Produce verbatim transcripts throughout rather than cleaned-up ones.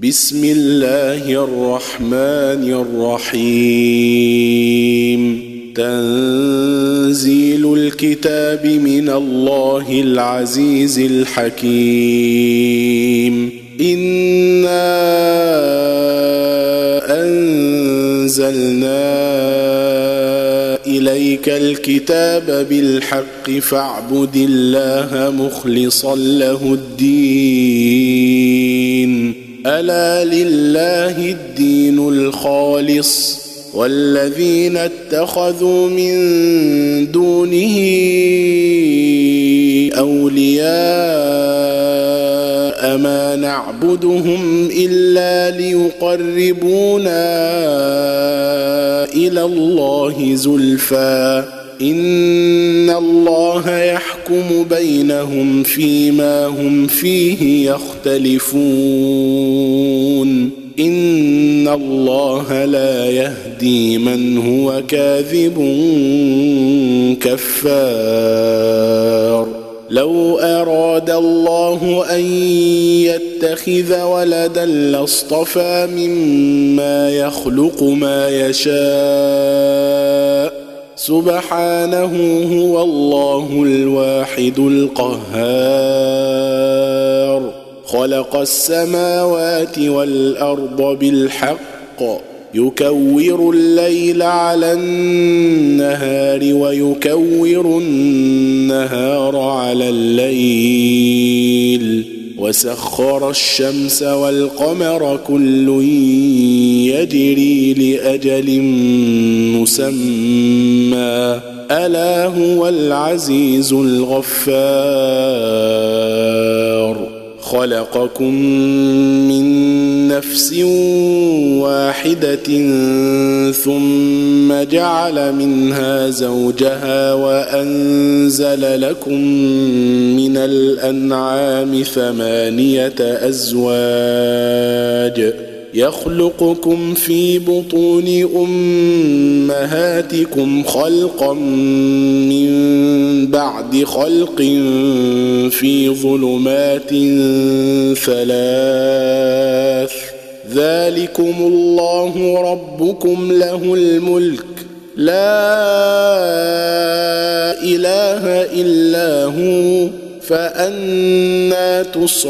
بسم الله الرحمن الرحيم تنزيل الكتاب من الله العزيز الحكيم إنا أنزلنا إليك الكتاب بالحق فاعبد الله مخلصا له الدين ألا لله الدين الخالص والذين اتخذوا من دونه أولياء ما نعبدهم إلا ليقربونا إلى الله زلفى إن الله يحكم بينهم فيما هم فيه يختلفون إن الله لا يهدي من هو كاذب كفار لو أراد الله أن يتخذ ولدا لاصطفى مما يخلق ما يشاء سبحانه هو الله الواحد القهار خلق السماوات والأرض بالحق يكور الليل على النهار ويكور النهار على الليل وسخر الشمس والقمر كل يجري لأجل مسمى ألا هو العزيز الغفار خلقكم من نفس واحدة ثم جعل منها زوجها وأنزل لكم من الأنعام ثمانية أزواج يخلقكم في بطون أمهاتكم خلقا من بعد خلق في ظلمات ثلاث ذلكم الله ربكم له الملك لا إله إلا هو فأنى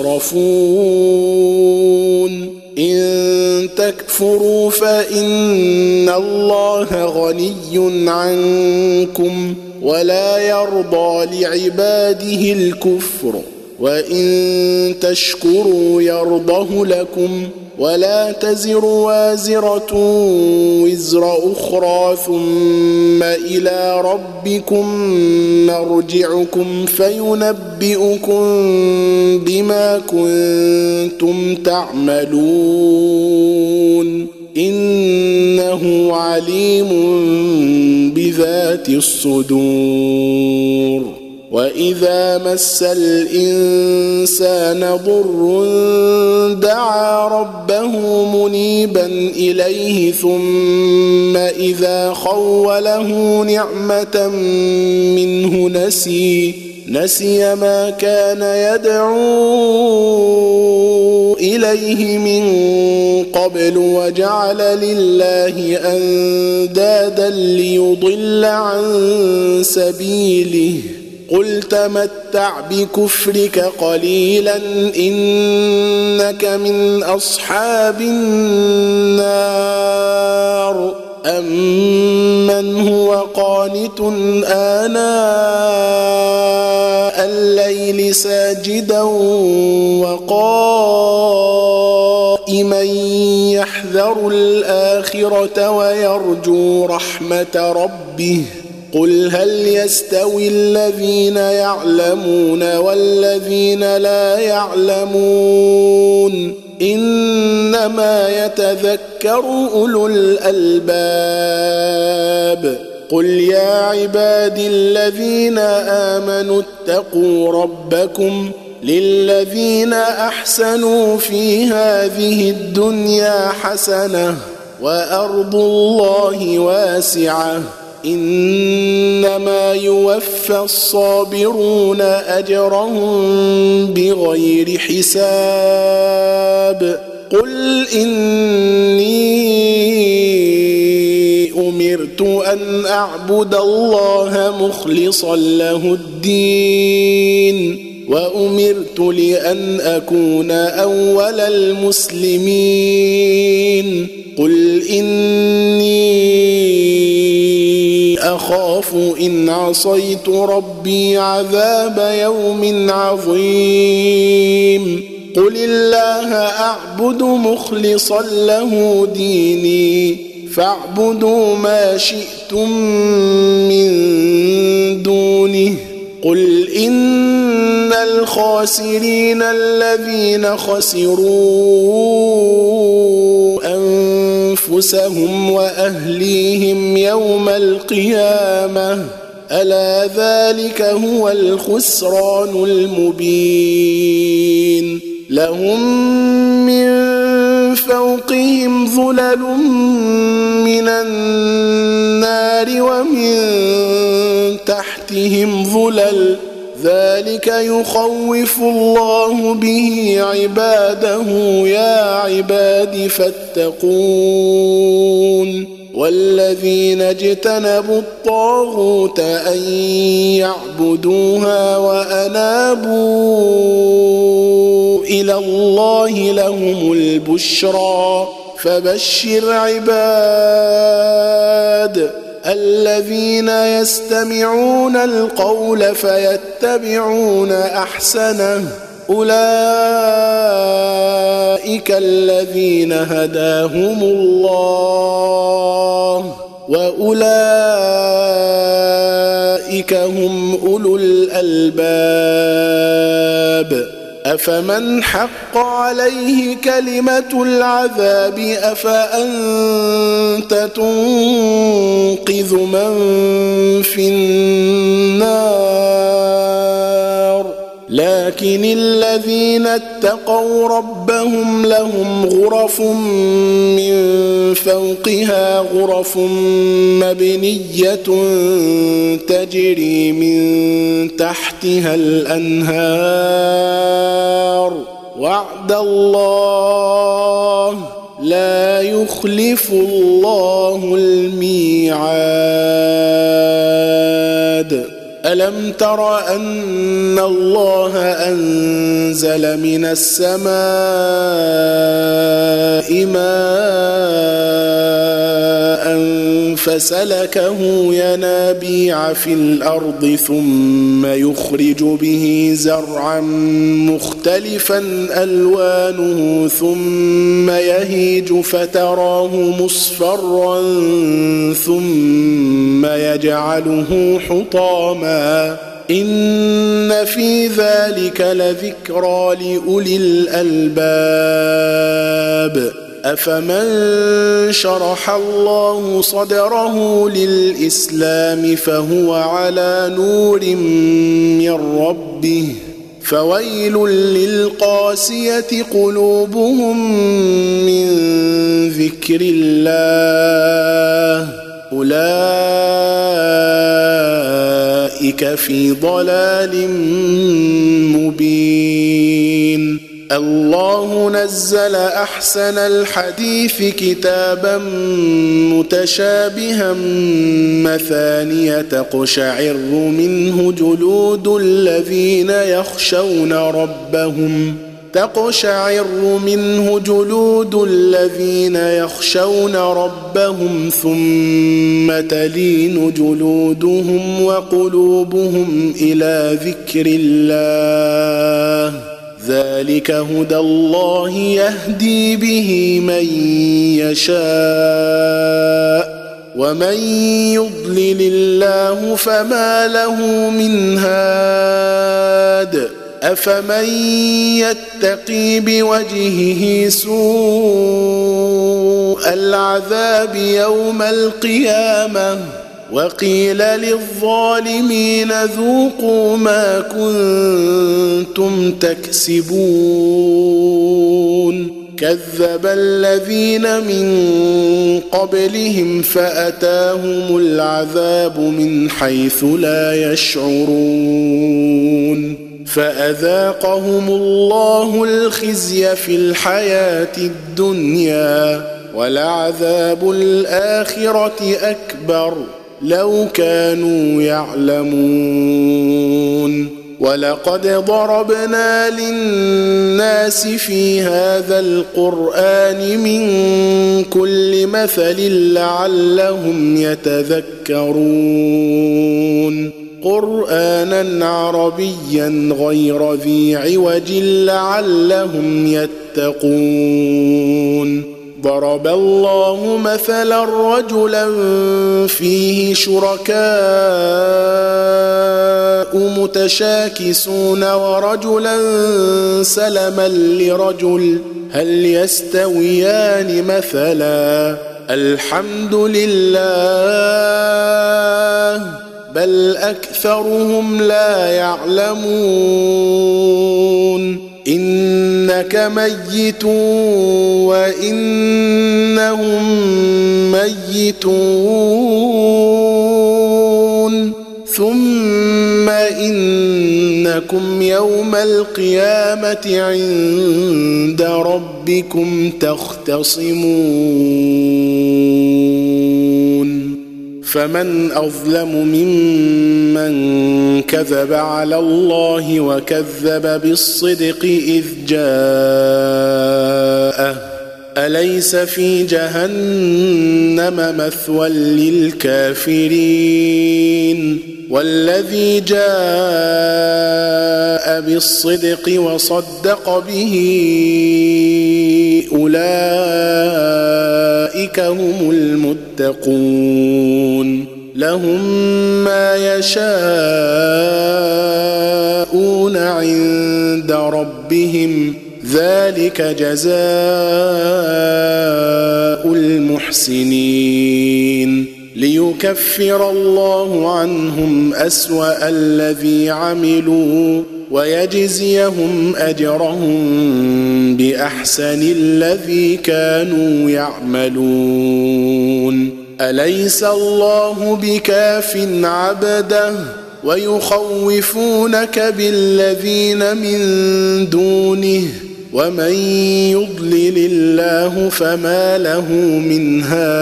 تصرفون إن تكفروا فإن الله غني عنكم ولا يرضى لعباده الكفر وإن تشكروا يرضه لكم ولا تزر وازرة وزر أخرى ثم إلى ربكم مرجعكم فينبئكم بما كنتم تعملون إنه عليم بذات الصدور وإذا مس الإنسان ضر دعا ربه منيبا إليه ثم إذا خوله نعمة منه نسي نسي ما كان يدعو إليه من قبل وجعل لله أندادا ليضل عن سبيله قل تمتع بكفرك قليلا إنك من أصحاب النار أمن هو قانت آناء الليل ساجدا وقائما يحذر الآخرة ويرجو رحمة ربه قل هل يستوي الذين يعلمون والذين لا يعلمون إنما يتذكر أولو الألباب قل يا عبادي الذين آمنوا اتقوا ربكم للذين أحسنوا في هذه الدنيا حسنة وأرض الله واسعة إنما يوفى الصابرون أجرهم بغير حساب قل إني أمرت أن أعبد الله مخلصا له الدين وأمرت لأن أكون أول المسلمين قل إني أخاف إن عصيت ربي عذاب يوم عظيم قل الله أعبد مخلصا له ديني فاعبدوا ما شئتم من دونه قل إن الخاسرين الذين خسروا أنفسهم وأهليهم يوم القيامة ألا ذلك هو الخسران المبين لهم من فوقهم ظلل من النار ومن تحتهم ظلل ذلك يخوف الله به عباده يا عباد فاتقون والذين اجتنبوا الطاغوت أن يعبدوها وأنابوا إلى الله لهم البشرى فبشر عباد الذين يستمعون القول فيتبعون أحسنه أولئك الذين هداهم الله وأولئك هم أولو الألباب أفمن حق عليه كلمة العذاب أفأنت تنقذ من في النار لكن الذين اتقوا ربهم لهم غرف من فوقها غرف مبنية تجري من تحتها الأنهار وعد الله لا يخلف الله الميعاد ألم تر أن الله أنزل من السماء ماء فسلكه ينابيع في الأرض ثم يخرج به زرعا مختلفا ألوانه ثم يهيج فتراه مصفرا ثم يجعله حطاما إن في ذلك لذكرى لأولي الألباب أفمن شرح الله صدره للإسلام فهو على نور من ربه فويل للقاسية قلوبهم من ذكر الله أولئك في ضلال مبين الله نزل أحسن الحديث كتابا متشابها مثانية تقشعر منه جلود الذين يخشون ربهم تقشعر منه جلود الذين يخشون ربهم ثم تلين جلودهم وقلوبهم إلى ذكر الله ذلك هدى الله يهدي به من يشاء ومن يضلل الله فما له من هاد أفمن يتقي بوجهه سوء العذاب يوم القيامة وقيل للظالمين ذوقوا ما كنتم تكسبون كذب الذين من قبلهم فأتاهم العذاب من حيث لا يشعرون فأذاقهم الله الخزي في الحياة الدنيا ولعذاب الآخرة أكبر لو كانوا يعلمون ولقد ضربنا للناس في هذا القرآن من كل مثل لعلهم يتذكرون قرآنا عربيا غير ذي عوج لعلهم يتقون ضرب الله مثلا رجلا فيه شركاء متشاكسون ورجلا سلما لرجل هل يستويان مثلا الحمد لله بل أكثرهم لا يعلمون إنك ميت وإنهم ميتون ثم إنكم يوم القيامة عند ربكم تختصمون فمن أظلم ممن كذب على الله وكذب بالصدق إذ جاءه أليس في جهنم مثوى للكافرين والذي جاء بالصدق وصدق به أولئك هم المتقون لهم ما يشاءون عند ربهم ذلك جزاء المحسنين ليكفر الله عنهم أسوأ الذي عملوا ويجزيهم أجرهم بأحسن الذي كانوا يعملون أليس الله بكاف عبده ويخوفونك بالذين من دونه ومن يضلل الله فما له من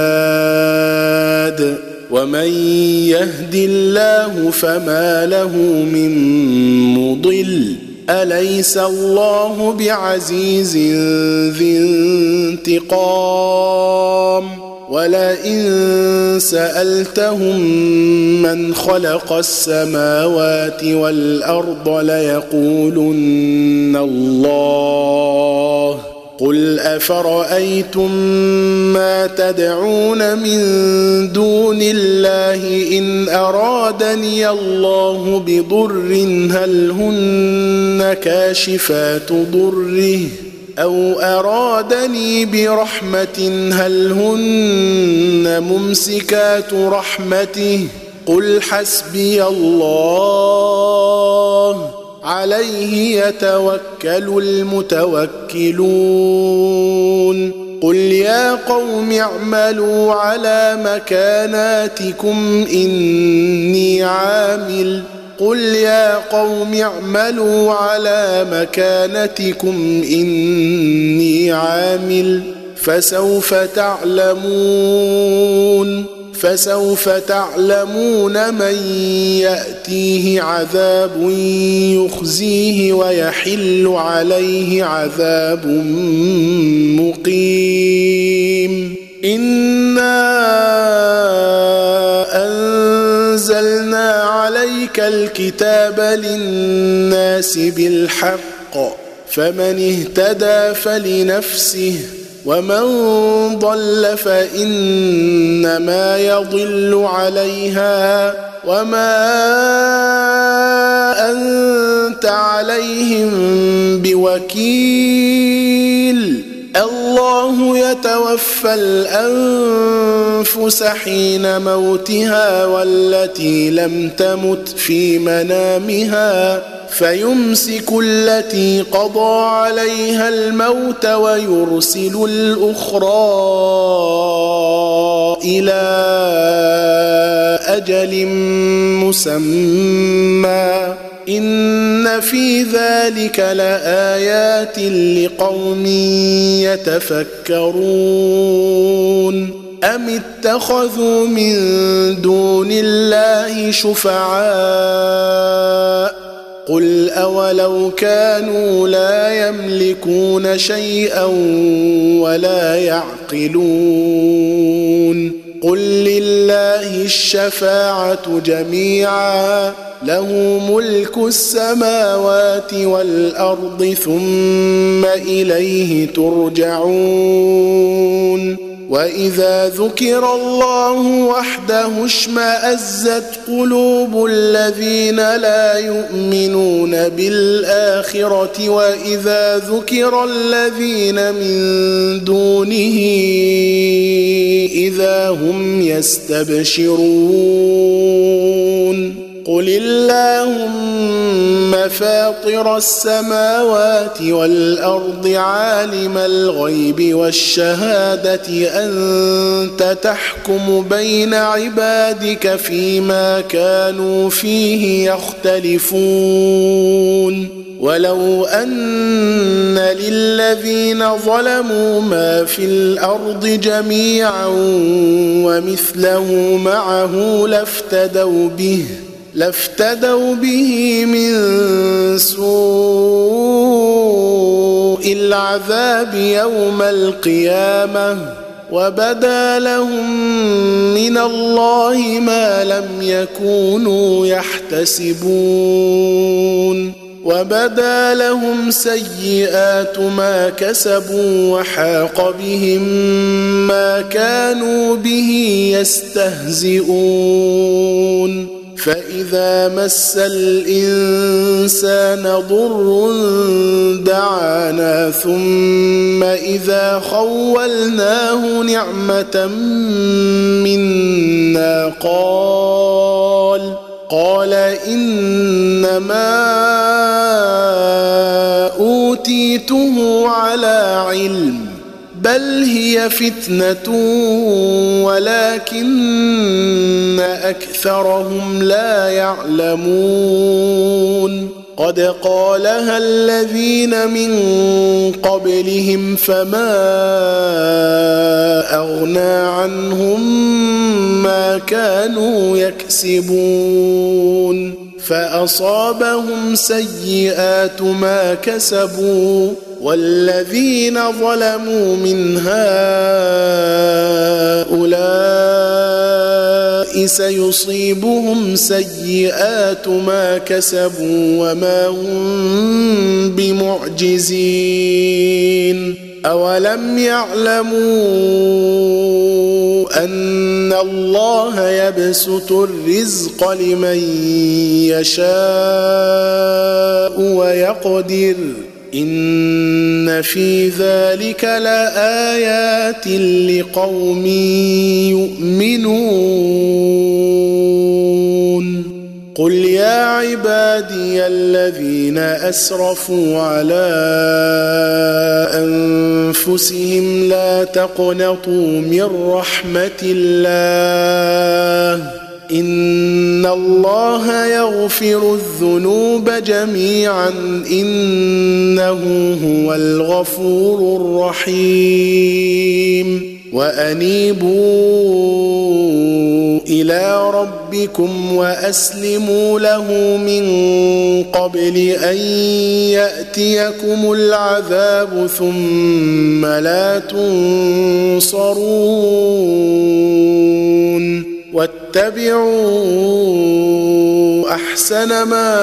هاد ومن يهد الله فما له من مضل أليس الله بعزيز ذي انتقام ولئن سألتهم من خلق السماوات والأرض ليقولن الله قل أفرأيتم ما تدعون من دون الله إن أرادني الله بضر هل هن كاشفات ضره أو أرادني برحمة هل هن ممسكات رحمته قل حسبي الله عليه يتوكل المتوكلون قل يا قوم اعملوا على مكاناتكم إني عامل قل يا قوم اعملوا على مكانتكم إني عامل فسوف تعلمون فسوف تعلمون من يأتيه عذاب يخزيه ويحل عليه عذاب مقيم إنا أنزلنا عليك الكتاب للناس بالحق فمن اهتدى فلنفسه ومن ضل فإنما يضل عليها وما أنت عليهم بوكيل الله يتوفى الأنفس حين موتها والتي لم تمت في منامها فيمسك التي قضى عليها الموت ويرسل الأخرى إلى أجل مسمى إن في ذلك لآيات لقوم يتفكرون أم اتخذوا من دون الله شفعاء قل أولو كانوا لا يملكون شيئا ولا يعقلون قل لله الشفاعة جميعا له ملك السماوات والأرض ثم إليه ترجعون وإذا ذكر الله وحده اشمأزت قلوب الذين لا يؤمنون بالآخرة وإذا ذكر الذين من دونه إذا هم يستبشرون قل اللهم فاطر السماوات والأرض عالم الغيب والشهادة أنت تحكم بين عبادك فيما كانوا فيه يختلفون ولو أن للذين ظلموا ما في الأرض جميعا ومثله معه لافتدوا به لافتدوا به من سوء العذاب يوم القيامة وبدا لهم من الله ما لم يكونوا يحتسبون وبدا لهم سيئات ما كسبوا وحاق بهم ما كانوا به يستهزئون فإذا مس الإنسان ضر دعانا ثم إذا خولناه نعمة منا قال قال إنما أوتيته على علم بل هي فتنة ولكن أكثرهم لا يعلمون قد قالها الذين من قبلهم فما أغنى عنهم ما كانوا يكسبون فأصابهم سيئات ما كسبوا والذين ظلموا من هؤلاء سيصيبهم سيئات ما كسبوا وما هم بمعجزين أولم يعلموا أن الله يبسط الرزق لمن يشاء ويقدر إن في ذلك لآيات لقوم يؤمنون قل يا عبادي الذين أسرفوا على أنفسهم لا تقنطوا من رحمة الله إن الله يغفر الذنوب جميعا إنه هو الغفور الرحيم وأنيبوا إلى ربكم وأسلموا له من قبل أن يأتيكم العذاب ثم لا تنصرون واتبعوا أحسن ما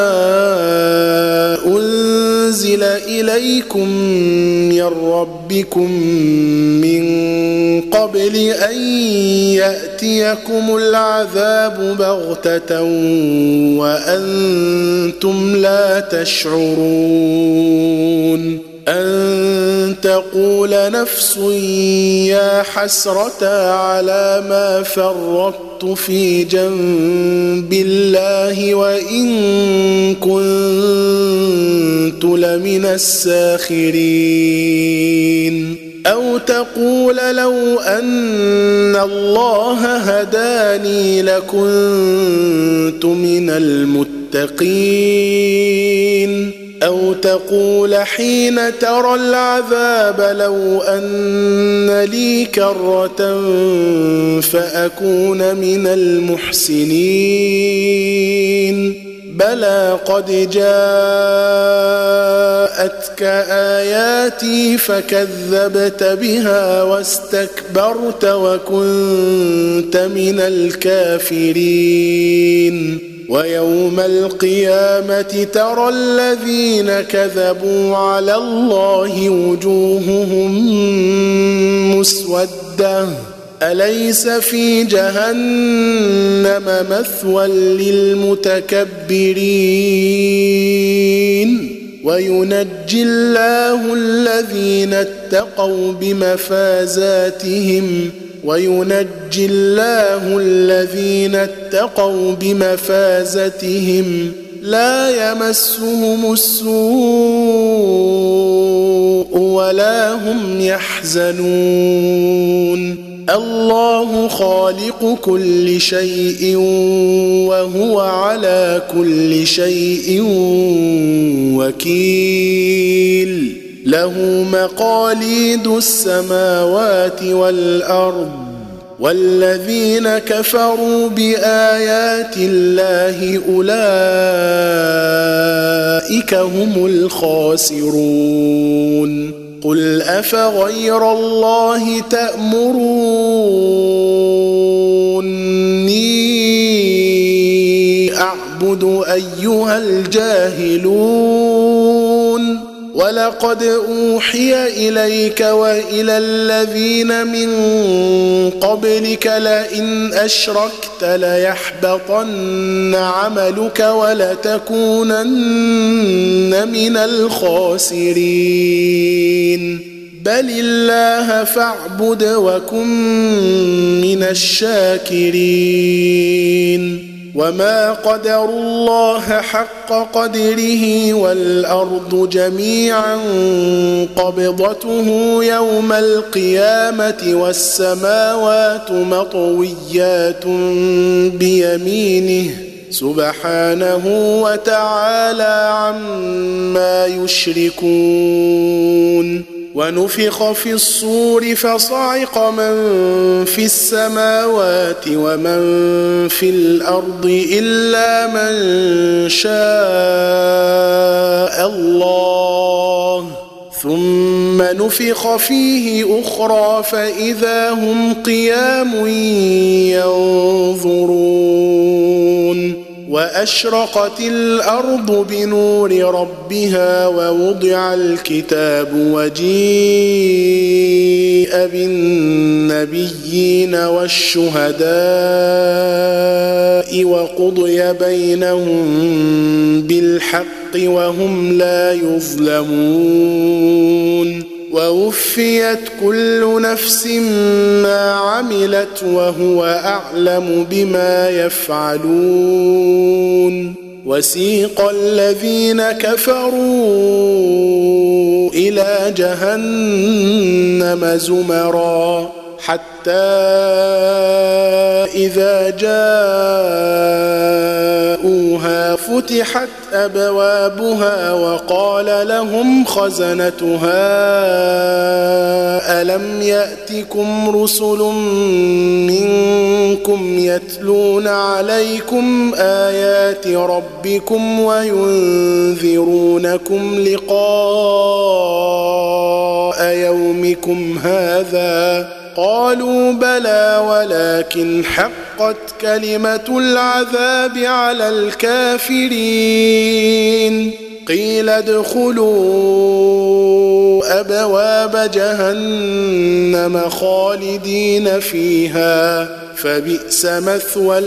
أنزل إليكم من ربكم من قبل أن يأتيكم العذاب بغتة وأنتم لا تشعرون أن تقول نفس يا حسرة على ما فرطت في جنب الله وإن كنت لمن الساخرين أو تقول لو أن الله هداني لكنت من المتقين للمتقين أو تقول حين ترى العذاب لو أن لي كرة فأكون من المحسنين بلى قد جاءتك آياتي فكذبت بها واستكبرت وكنت من الكافرين ويوم القيامة ترى الذين كذبوا على الله وجوههم مسودة أليس في جهنم مثوى للمتكبرين وينجي الله الذين اتقوا بمفازاتهم وينجي الله الذين اتقوا بمفازتهم لا يمسهم السوء ولا هم يحزنون الله خالق كل شيء وهو على كل شيء وكيل له مقاليد السماوات والأرض والذين كفروا بآيات الله أولئك هم الخاسرون قل أفغير الله تأمروني أعبد أيها الجاهلون ولقد أوحي إليك وإلى الذين من قبلك لئن أشركت ليحبطن عملك ولتكونن من الخاسرين بل الله فاعبد وكن من الشاكرين وما قدروا الله حق قدره والأرض جميعا قبضته يوم القيامة والسماوات مطويات بيمينه سبحانه وتعالى عما يشركون ونفخ في الصور فصعق من في السماوات ومن في الأرض إلا من شاء الله ثم نفخ فيه أخرى فإذا هم قيام ينظرون وأشرقت الأرض بنور ربها ووضع الكتاب وجيء بالنبيين والشهداء وقضي بينهم بالحق وهم لا يظلمون ووفيت كل نفس ما عملت وهو أعلم بما يفعلون وسيق الذين كفروا إلى جهنم زمرا حتى إذا جاءوها فتحت أبوابها وقال لهم خزنتها ألم يأتكم رسل منكم يتلون عليكم آيات ربكم وينذرونكم لقاء يومكم هذا قالوا بلى ولكن حقت كلمة العذاب على الكافرين قيل ادخلوا أبواب جهنم خالدين فيها فبئس مثوى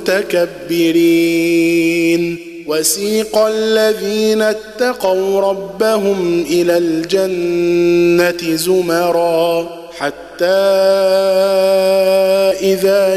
المتكبرين وسيق الذين اتقوا ربهم إلى الجنة زمرا حتى إذا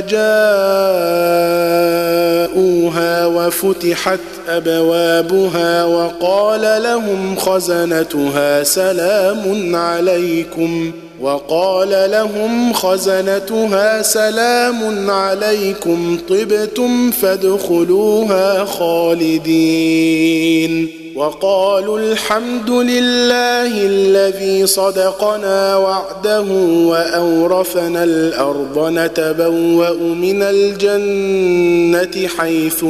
جاءوها وفتحت أبوابها وقال لهم خزنتها سلام عليكم وقال لهم خزنتها سلام عليكم طبتم فادخلوها خالدين وقالوا الحمد لله الذي صدقنا وعده وأورثنا الأرض نتبوأ من الجنة حيث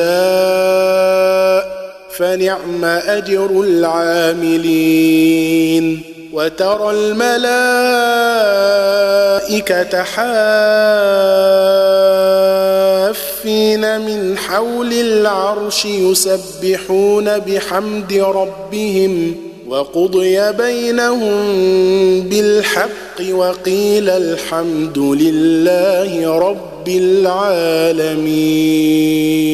نشاء فنعم أجر العاملين وترى الملائكة حافين من حول العرش يسبحون بحمد ربهم وقضي بينهم بالحق وقيل الحمد لله رب العالمين.